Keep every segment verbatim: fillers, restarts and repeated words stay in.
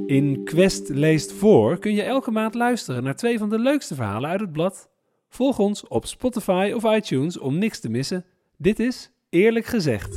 In Quest leest voor kun je elke maand luisteren naar twee van de leukste verhalen uit het blad. Volg ons op Spotify of iTunes om niks te missen. Dit is Eerlijk Gezegd.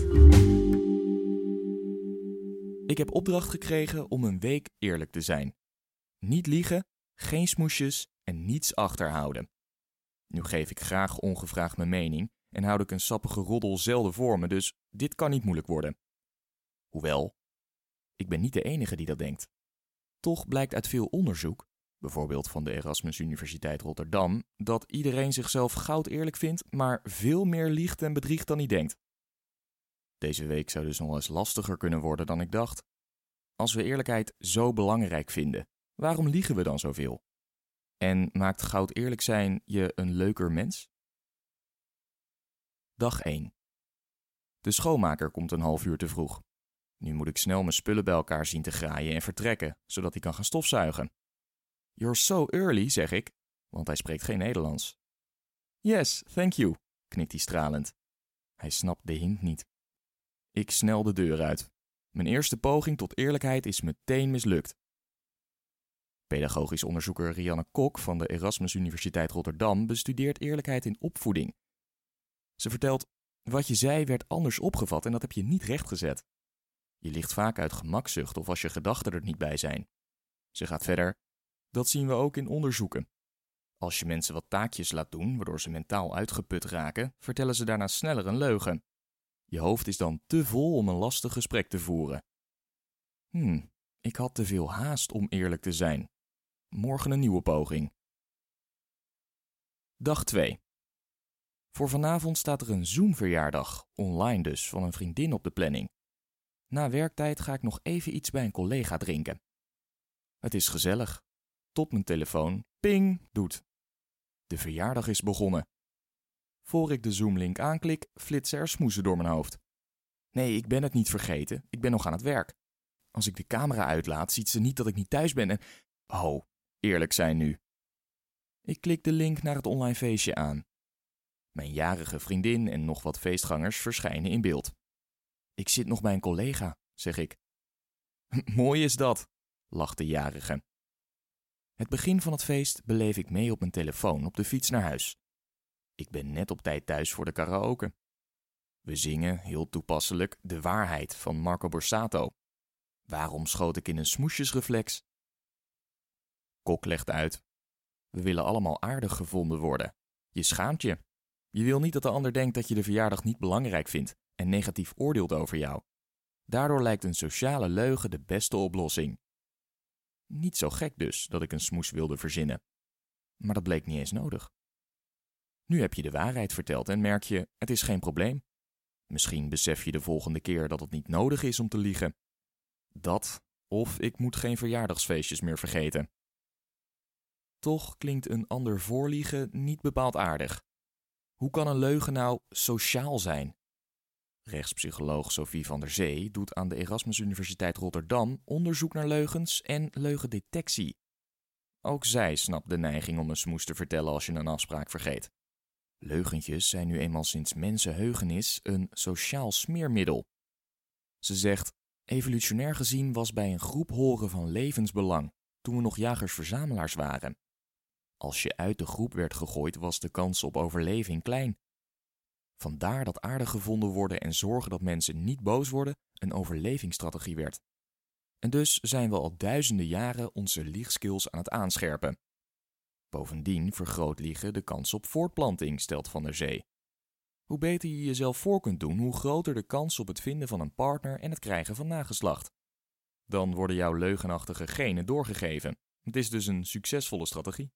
Ik heb opdracht gekregen om een week eerlijk te zijn. Niet liegen, geen smoesjes en niets achterhouden. Nu geef ik graag ongevraagd mijn mening en houd ik een sappige roddel zelden voor me, dus dit kan niet moeilijk worden. Hoewel, ik ben niet de enige die dat denkt. Toch blijkt uit veel onderzoek, bijvoorbeeld van de Erasmus Universiteit Rotterdam, dat iedereen zichzelf goud eerlijk vindt, maar veel meer liegt en bedriegt dan hij denkt. Deze week zou dus nog eens lastiger kunnen worden dan ik dacht. Als we eerlijkheid zo belangrijk vinden, waarom liegen we dan zoveel? En maakt goud eerlijk zijn je een leuker mens? Dag één. De schoonmaker komt een half uur te vroeg. Nu moet ik snel mijn spullen bij elkaar zien te graaien en vertrekken, zodat hij kan gaan stofzuigen. You're so early, zeg ik, want hij spreekt geen Nederlands. Yes, thank you, knikt hij stralend. Hij snapt de hint niet. Ik snel de deur uit. Mijn eerste poging tot eerlijkheid is meteen mislukt. Pedagogisch onderzoeker Rianne Kok van de Erasmus Universiteit Rotterdam bestudeert eerlijkheid in opvoeding. Ze vertelt, wat je zei werd anders opgevat en dat heb je niet rechtgezet. Je liegt vaak uit gemakzucht of als je gedachten er niet bij zijn. Ze gaat verder, dat zien we ook in onderzoeken. Als je mensen wat taakjes laat doen, waardoor ze mentaal uitgeput raken, vertellen ze daarna sneller een leugen. Je hoofd is dan te vol om een lastig gesprek te voeren. Hmm, ik had te veel haast om eerlijk te zijn. Morgen een nieuwe poging. Dag twee. Voor vanavond staat er een Zoom-verjaardag, online dus, van een vriendin op de planning. Na werktijd ga ik nog even iets bij een collega drinken. Het is gezellig. Tot mijn telefoon ping doet. De verjaardag is begonnen. Voor ik de Zoom-link aanklik, flitsen er smoesen door mijn hoofd. Nee, ik ben het niet vergeten. Ik ben nog aan het werk. Als ik de camera uitlaat, ziet ze niet dat ik niet thuis ben en... Oh, eerlijk zijn nu. Ik klik de link naar het online feestje aan. Mijn jarige vriendin en nog wat feestgangers verschijnen in beeld. Ik zit nog bij een collega, zeg ik. Mooi is dat, lacht de jarige. Het begin van het feest beleef ik mee op mijn telefoon op de fiets naar huis. Ik ben net op tijd thuis voor de karaoke. We zingen, heel toepasselijk, De Waarheid van Marco Borsato. Waarom schoot ik in een smoesjesreflex? Kok legt uit. We willen allemaal aardig gevonden worden. Je schaamt je. Je wil niet dat de ander denkt dat je de verjaardag niet belangrijk vindt en negatief oordeelt over jou. Daardoor lijkt een sociale leugen de beste oplossing. Niet zo gek dus dat ik een smoes wilde verzinnen. Maar dat bleek niet eens nodig. Nu heb je de waarheid verteld en merk je, het is geen probleem. Misschien besef je de volgende keer dat het niet nodig is om te liegen. Dat, of ik moet geen verjaardagsfeestjes meer vergeten. Toch klinkt een ander voorliegen niet bepaald aardig. Hoe kan een leugen nou sociaal zijn? Rechtspsycholoog Sophie van der Zee doet aan de Erasmus Universiteit Rotterdam onderzoek naar leugens en leugendetectie. Ook zij snapt de neiging om een smoes te vertellen als je een afspraak vergeet. Leugentjes zijn nu eenmaal sinds mensenheugenis een sociaal smeermiddel. Ze zegt, evolutionair gezien was bij een groep horen van levensbelang, toen we nog jagers-verzamelaars waren. Als je uit de groep werd gegooid, was de kans op overleving klein. Vandaar dat aardig gevonden worden en zorgen dat mensen niet boos worden een overlevingsstrategie werd. En dus zijn we al duizenden jaren onze liegskills aan het aanscherpen. Bovendien vergroot liegen de kans op voortplanting, stelt Van der Zee. Hoe beter je jezelf voor kunt doen, hoe groter de kans op het vinden van een partner en het krijgen van nageslacht. Dan worden jouw leugenachtige genen doorgegeven. Het is dus een succesvolle strategie.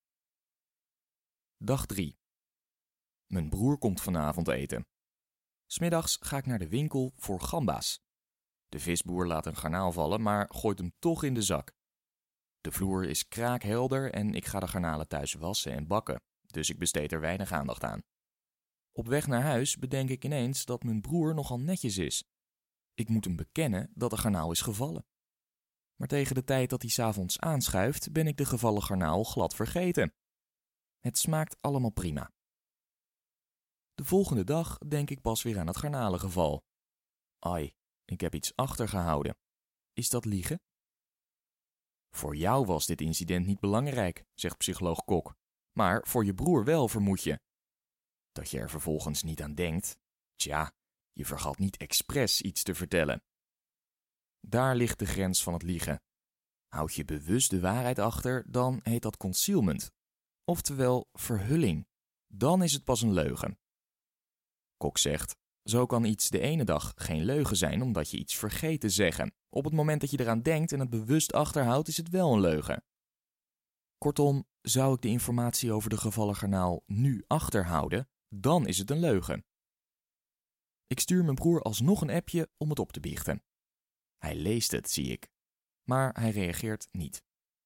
Dag drie. Mijn broer komt vanavond eten. 'S Middags ga ik naar de winkel voor gamba's. De visboer laat een garnaal vallen, maar gooit hem toch in de zak. De vloer is kraakhelder en ik ga de garnalen thuis wassen en bakken, dus ik besteed er weinig aandacht aan. Op weg naar huis bedenk ik ineens dat mijn broer nogal netjes is. Ik moet hem bekennen dat de garnaal is gevallen. Maar tegen de tijd dat hij 's avonds aanschuift, ben ik de gevallen garnaal glad vergeten. Het smaakt allemaal prima. De volgende dag denk ik pas weer aan het garnalengeval. Ai, ik heb iets achtergehouden. Is dat liegen? Voor jou was dit incident niet belangrijk, zegt psycholoog Kok. Maar voor je broer wel, vermoed je. Dat je er vervolgens niet aan denkt? Tja, je vergat niet expres iets te vertellen. Daar ligt de grens van het liegen. Houd je bewust de waarheid achter, dan heet dat concealment. Oftewel verhulling. Dan is het pas een leugen. Kok zegt, zo kan iets de ene dag geen leugen zijn omdat je iets vergeet te zeggen. Op het moment dat je eraan denkt en het bewust achterhoudt, is het wel een leugen. Kortom, zou ik de informatie over de gevallen garnaal nu achterhouden, dan is het een leugen. Ik stuur mijn broer alsnog een appje om het op te biechten. Hij leest het, zie ik, maar hij reageert niet.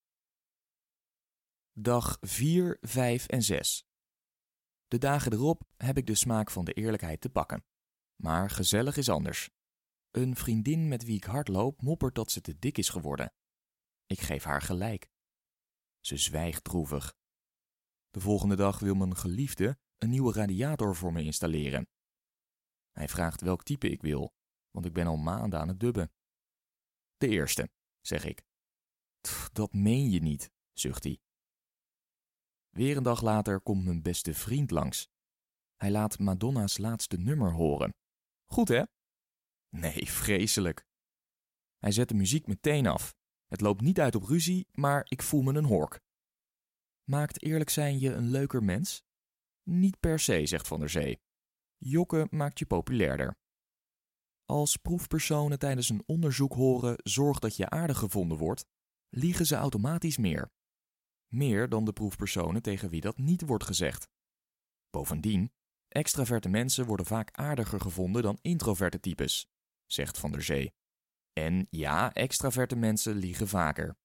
Dag vier, vijf en zes. De dagen erop heb ik de smaak van de eerlijkheid te pakken. Maar gezellig is anders. Een vriendin met wie ik hard loop moppert dat ze te dik is geworden. Ik geef haar gelijk. Ze zwijgt droevig. De volgende dag wil mijn geliefde een nieuwe radiator voor me installeren. Hij vraagt welk type ik wil, want ik ben al maanden aan het dubben. De eerste, zeg ik. Dat meen je niet, zucht hij. Weer een dag later komt mijn beste vriend langs. Hij laat Madonna's laatste nummer horen. Goed, hè? Nee, vreselijk. Hij zet de muziek meteen af. Het loopt niet uit op ruzie, maar ik voel me een hork. Maakt eerlijk zijn je een leuker mens? Niet per se, zegt Van der Zee. Jokken maakt je populairder. Als proefpersonen tijdens een onderzoek horen zorg dat je aardig gevonden wordt, liegen ze automatisch meer. Meer dan de proefpersonen tegen wie dat niet wordt gezegd. Bovendien, extraverte mensen worden vaak aardiger gevonden dan introverte types, zegt Van der Zee. En ja, extraverte mensen liegen vaker.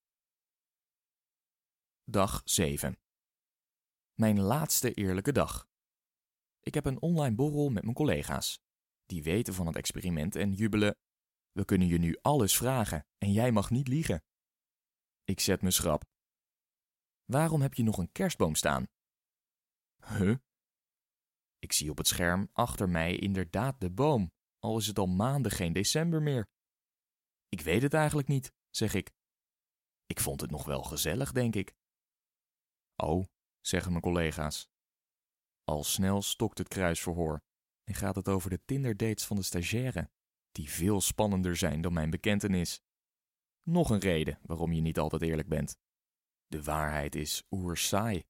Dag zeven. Mijn laatste eerlijke dag. Ik heb een online borrel met mijn collega's. Die weten van het experiment en jubelen. We kunnen je nu alles vragen en jij mag niet liegen. Ik zet me schrap. Waarom heb je nog een kerstboom staan? Huh? Ik zie op het scherm achter mij inderdaad de boom, al is het al maanden geen december meer. Ik weet het eigenlijk niet, zeg ik. Ik vond het nog wel gezellig, denk ik. Oh, zeggen mijn collega's. Al snel stokt het kruisverhoor en gaat het over de Tinder-dates van de stagiaire, die veel spannender zijn dan mijn bekentenis. Nog een reden waarom je niet altijd eerlijk bent. De waarheid is oersaai.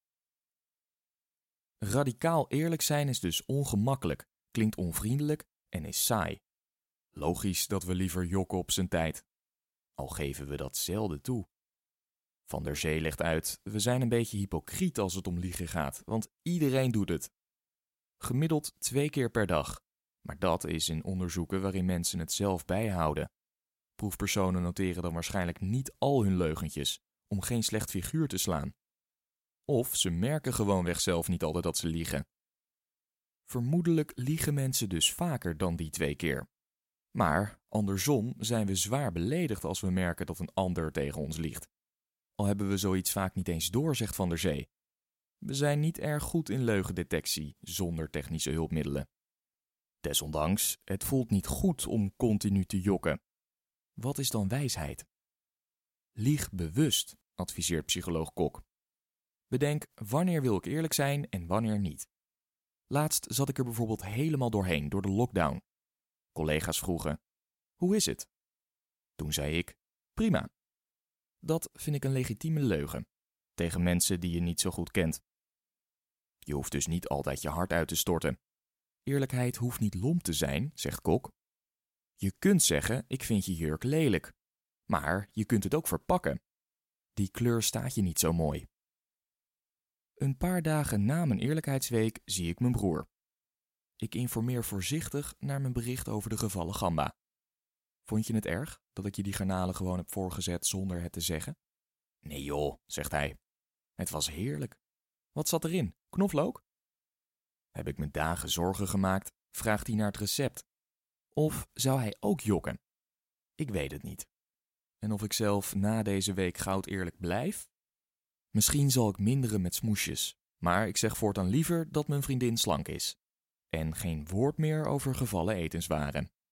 Radicaal eerlijk zijn is dus ongemakkelijk, klinkt onvriendelijk en is saai. Logisch dat we liever jokken op zijn tijd. Al geven we dat zelden toe. Van der Zee legt uit, we zijn een beetje hypocriet als het om liegen gaat, want iedereen doet het. Gemiddeld twee keer per dag. Maar dat is in onderzoeken waarin mensen het zelf bijhouden. Proefpersonen noteren dan waarschijnlijk niet al hun leugentjes, om geen slecht figuur te slaan. Of ze merken gewoonweg zelf niet altijd dat ze liegen. Vermoedelijk liegen mensen dus vaker dan die twee keer. Maar andersom zijn we zwaar beledigd als we merken dat een ander tegen ons liegt. Al hebben we zoiets vaak niet eens door, zegt Van der Zee. We zijn niet erg goed in leugendetectie zonder technische hulpmiddelen. Desondanks, het voelt niet goed om continu te jokken. Wat is dan wijsheid? Lieg bewust, adviseert psycholoog Kok. Bedenk wanneer wil ik eerlijk zijn en wanneer niet. Laatst zat ik er bijvoorbeeld helemaal doorheen door de lockdown. Collega's vroegen, hoe is het? Toen zei ik, prima. Dat vind ik een legitieme leugen, tegen mensen die je niet zo goed kent. Je hoeft dus niet altijd je hart uit te storten. Eerlijkheid hoeft niet lomp te zijn, zegt Kok. Je kunt zeggen, ik vind je jurk lelijk. Maar je kunt het ook verpakken. Die kleur staat je niet zo mooi. Een paar dagen na mijn eerlijkheidsweek zie ik mijn broer. Ik informeer voorzichtig naar mijn bericht over de gevallen gamba. Vond je het erg dat ik je die garnalen gewoon heb voorgezet zonder het te zeggen? Nee joh, zegt hij. Het was heerlijk. Wat zat erin? Knoflook? Heb ik me dagen zorgen gemaakt, vraagt hij naar het recept. Of zou hij ook jokken? Ik weet het niet. En of ik zelf na deze week goud eerlijk blijf? Misschien zal ik minderen met smoesjes, maar ik zeg voortaan liever dat mijn vriendin slank is. En geen woord meer over gevallen etenswaren.